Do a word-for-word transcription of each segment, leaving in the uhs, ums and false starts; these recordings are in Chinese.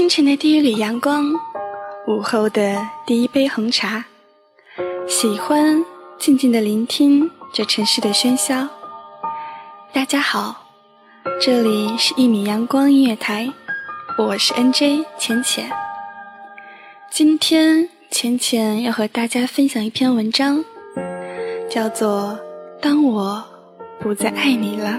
清晨的第一缕阳光，午后的第一杯红茶，喜欢静静地聆听这城市的喧嚣。大家好，这里是一米阳光音乐台，我是 N J 浅浅。今天浅浅要和大家分享一篇文章，叫做《当我不再爱你了》。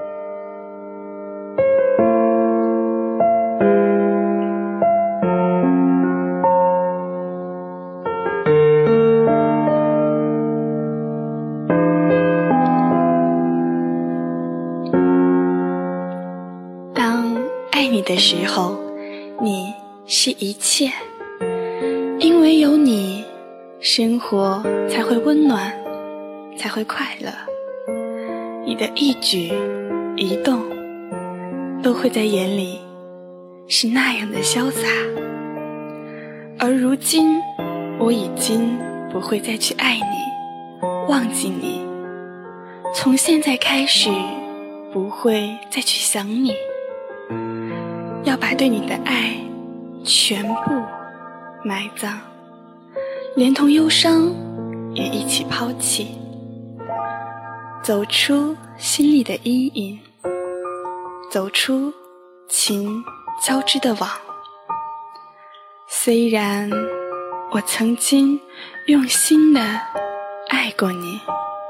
爱你的时候，你是一切，因为有你，生活才会温暖，才会快乐。你的一举一动都会在眼里是那样的潇洒。而如今我已经不会再去爱你，忘记你，从现在开始不会再去想你，要把对你的爱全部埋葬，连同忧伤也一起抛弃，走出心里的阴影，走出情交织的网。虽然我曾经用心地爱过你，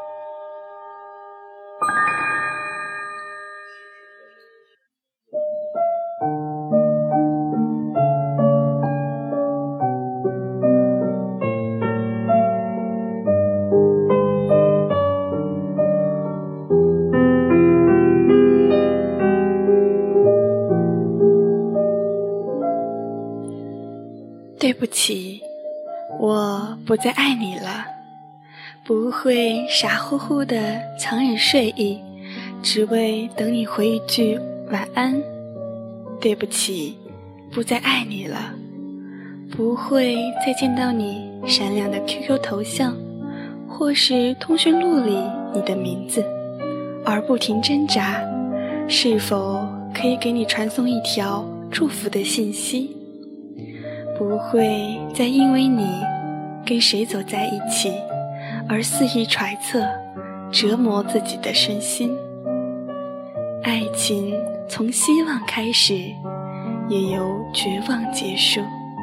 对不起，我不再爱你了，不会傻乎乎地强忍睡意，只为等你回一句晚安。对不起，不再爱你了，不会再见到你闪亮的 Q Q 头像，或是通讯录里你的名字，而不停挣扎，是否可以给你传送一条祝福的信息。不会再因为你跟谁走在一起而肆意揣测，折磨自己的身心。爱情从希望开始，也由绝望结束。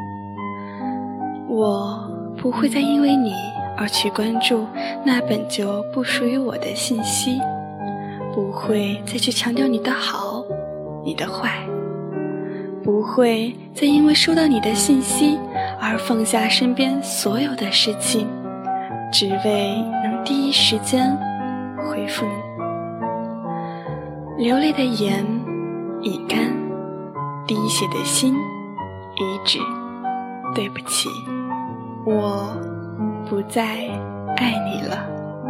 我不会再因为你而去关注那本就不属于我的信息，不会再去强调你的好，你的坏，不会再因为收到你的信息而放下身边所有的事情，只为能第一时间回复你。流泪的眼已干，滴血的心已止。对不起，我不再爱你了。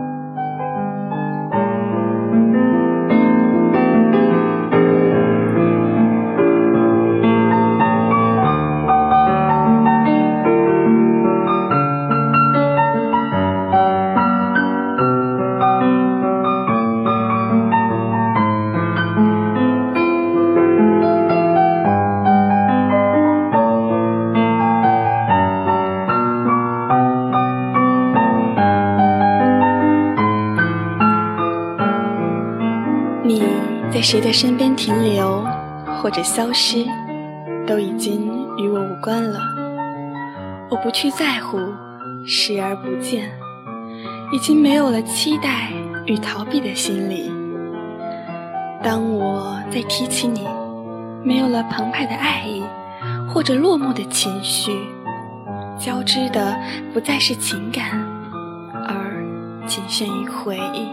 你在谁的身边停留或者消失，都已经与我无关了。我不去在乎，视而不见，已经没有了期待与逃避的心理。当我再提起你，没有了澎湃的爱意或者落寞的情绪，交织的不再是情感，而仅限于回忆。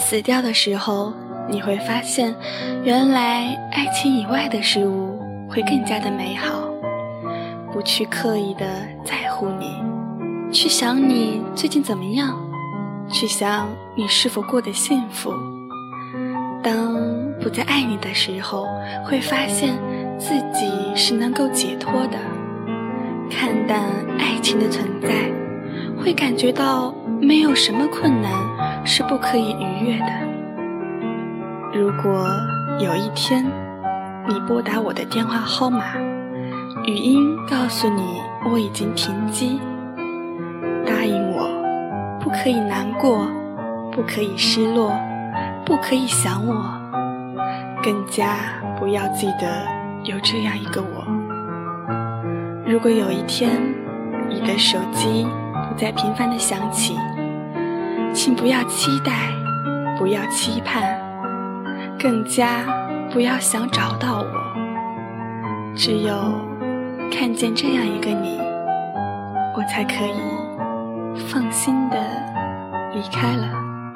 死掉的时候，你会发现，原来爱情以外的事物会更加的美好。不去刻意的在乎你，去想你最近怎么样，去想你是否过得幸福。当不再爱你的时候，会发现自己是能够解脱的。看淡爱情的存在，会感觉到没有什么困难是不可以逾越的。如果有一天你拨打我的电话号码，语音告诉你我已经停机，答应我不可以难过，不可以失落，不可以想我，更加不要记得有这样一个我。如果有一天你的手机不再频繁地响起，请不要期待，不要期盼，更加不要想找到我。只有看见这样一个你，我才可以放心地离开了。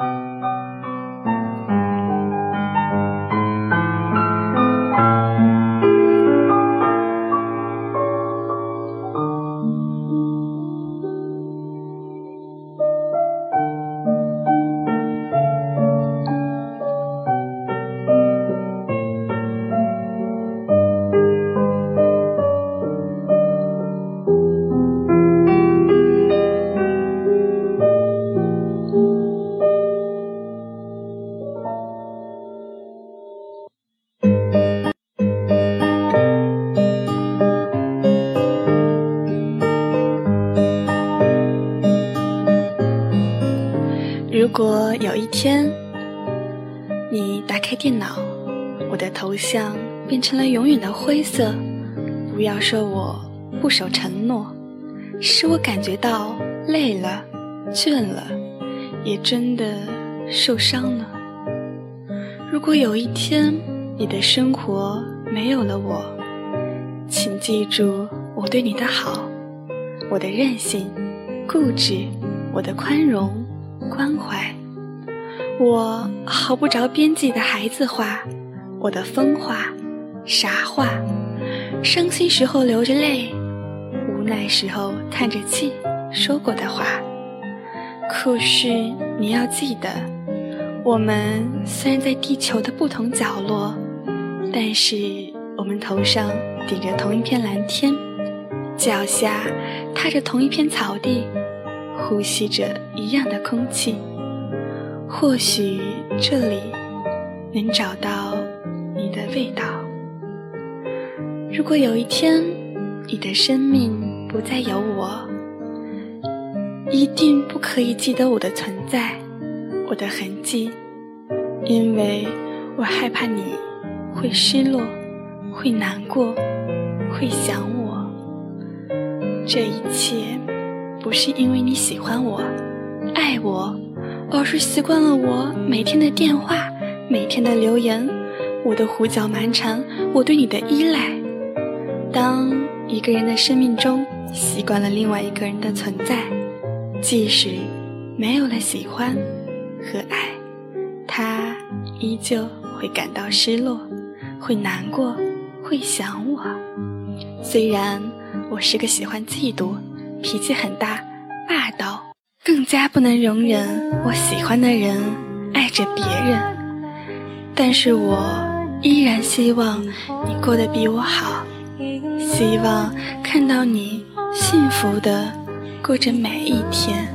如果有一天你打开电脑，我的头像变成了永远的灰色，不要说我不守承诺，使我感觉到累了，倦了，也真的受伤了。如果有一天你的生活没有了我，请记住我对你的好，我的任性、固执，我的宽容、关怀，我毫不着边际的孩子话，我的疯话、傻话，伤心时候流着泪，无奈时候叹着气说过的话。可是你要记得，我们虽然在地球的不同角落，但是我们头上顶着同一片蓝天，脚下踏着同一片草地，呼吸着一样的空气。或许这里能找到你的味道。如果有一天你的生命不再有我，一定不可以记得我的存在，我的痕迹，因为我害怕你会失落，会难过，会想我。这一切不是因为你喜欢我、爱我，而是习惯了我每天的电话，每天的留言，我的胡搅蛮缠，我对你的依赖。当一个人的生命中习惯了另外一个人的存在，即使没有了喜欢和爱，他依旧会感到失落，会难过，会想我。虽然我是个喜欢嫉妒、脾气很大、霸道，更加不能容忍我喜欢的人爱着别人，但是我依然希望你过得比我好，希望看到你幸福地过着每一天。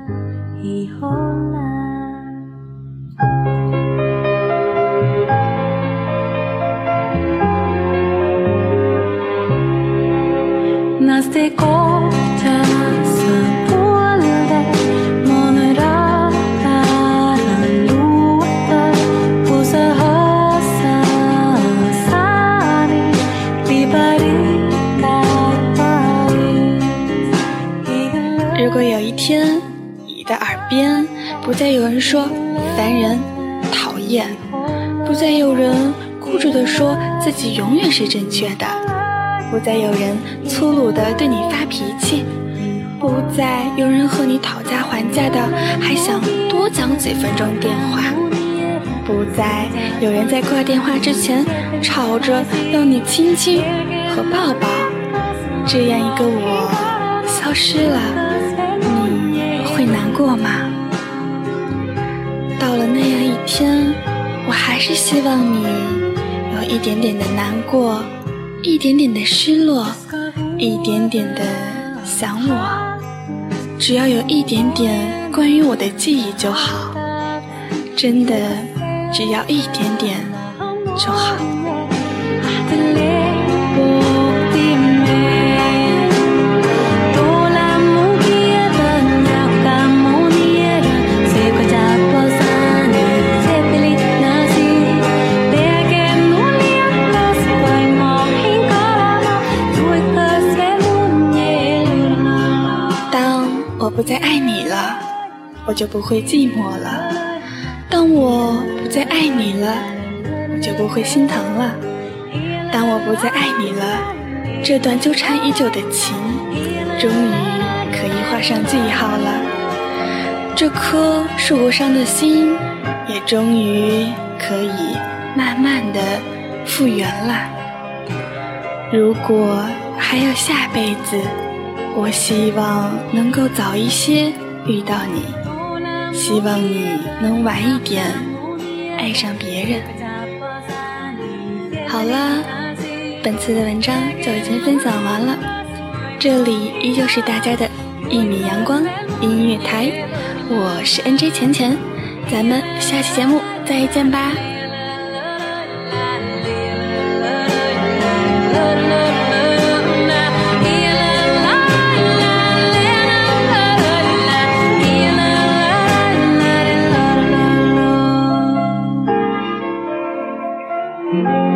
如果有一天你的耳边不再有人说烦人、讨厌，不再有人固执地说自己永远是正确的，不再有人粗鲁地对你发脾气，不再有人和你讨价还价的还想多讲几分钟电话， 不再有人在挂电话之前吵着要你亲亲和抱抱，这样一个我消失了，你会难过吗？到了那样一天，我还是希望你有一点点的难过，一点点的失落，一点点的想我，只要有一点点关于我的记忆就好，真的只要一点点就好。当我不再爱你了，我就不会寂寞了。当我不再爱你了，我就不会心疼了。当我不再爱你了，这段纠缠已久的情终于可以画上句号了。这颗受过伤的心也终于可以慢慢的复原了。如果还有下辈子，我希望能够早一些遇到你，希望你能晚一点爱上别人。好啦，本次的文章就已经分享完了，这里依旧是大家的一米阳光音乐台，我是 N J 钱钱，咱们下期节目再见吧。 Thank you.